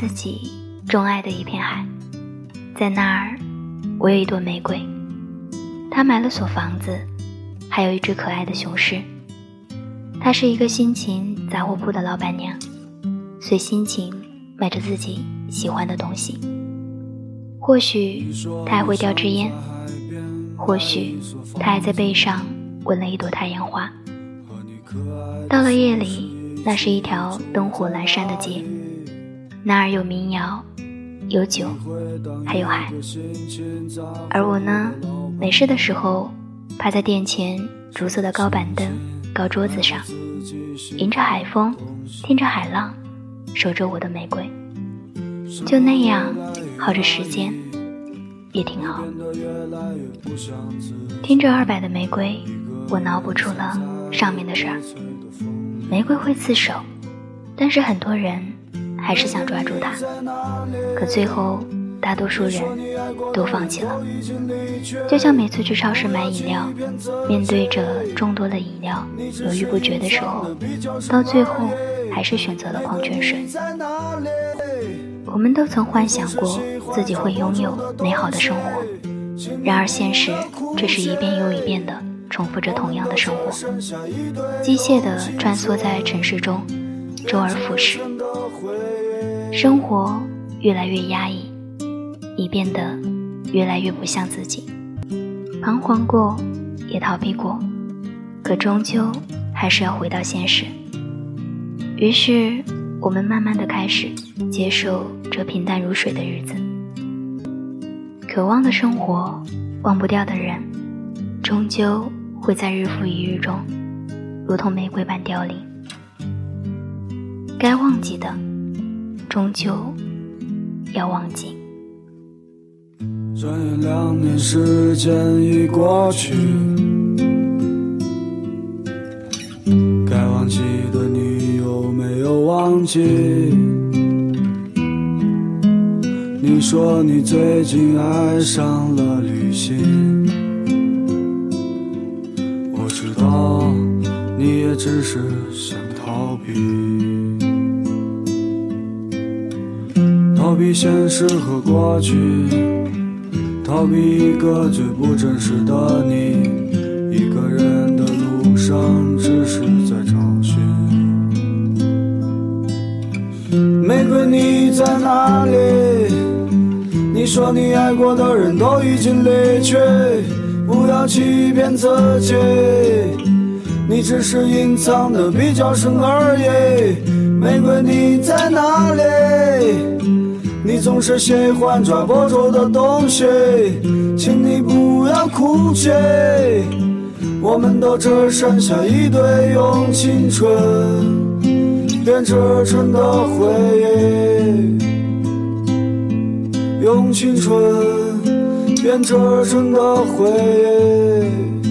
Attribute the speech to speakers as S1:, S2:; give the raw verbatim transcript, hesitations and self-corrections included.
S1: 自己钟爱的一片海，在那儿我有一朵玫瑰，它买了所房子，还有一只可爱的雄狮。她是一个心情杂货铺的老板娘，随心情买着自己喜欢的东西。或许她还会叼支烟，或许她还在背上纹了一朵太阳花。到了夜里，那是一条灯火阑珊的街，那儿有民谣，有酒，还有海。而我呢，没事的时候趴在店前竹色的高板凳高桌子上，迎着海风，听着海浪，守着我的玫瑰。就那样耗着时间也挺好。听着二百的玫瑰，我脑补出了上面的事儿。玫瑰会刺手，但是很多人还是想抓住它，可最后大多数人都放弃了。就像每次去超市买饮料，面对着众多的饮料犹豫不决的时候，到最后还是选择了矿泉水。我们都曾幻想过自己会拥有美好的生活，然而现实只是一遍又一遍地重复着同样的生活，机械地穿梭在城市中，周而复始。生活越来越压抑，你变得越来越不像自己。彷徨过，也逃避过，可终究还是要回到现实。于是我们慢慢地开始接受这平淡如水的日子。渴望的生活，忘不掉的人，终究会在日复一日中如同玫瑰般凋零。该忘记的终究要忘记。
S2: 转眼两年时间已过去，该忘记的你有没有忘记？你说你最近爱上了旅行，我知道你也只是想逃避，逃避现实和过去，逃避一个最不真实的你。一个人的路上只是在找寻玫瑰，你在哪里？你说你爱过的人都已经离去，不要欺骗自己，你只是隐藏的比较深而已。玫瑰你在哪里？你总是喜欢抓不住的东西，请你不要哭泣，我们都只剩下一堆用青春编织成的回忆，用青春编织成的回忆。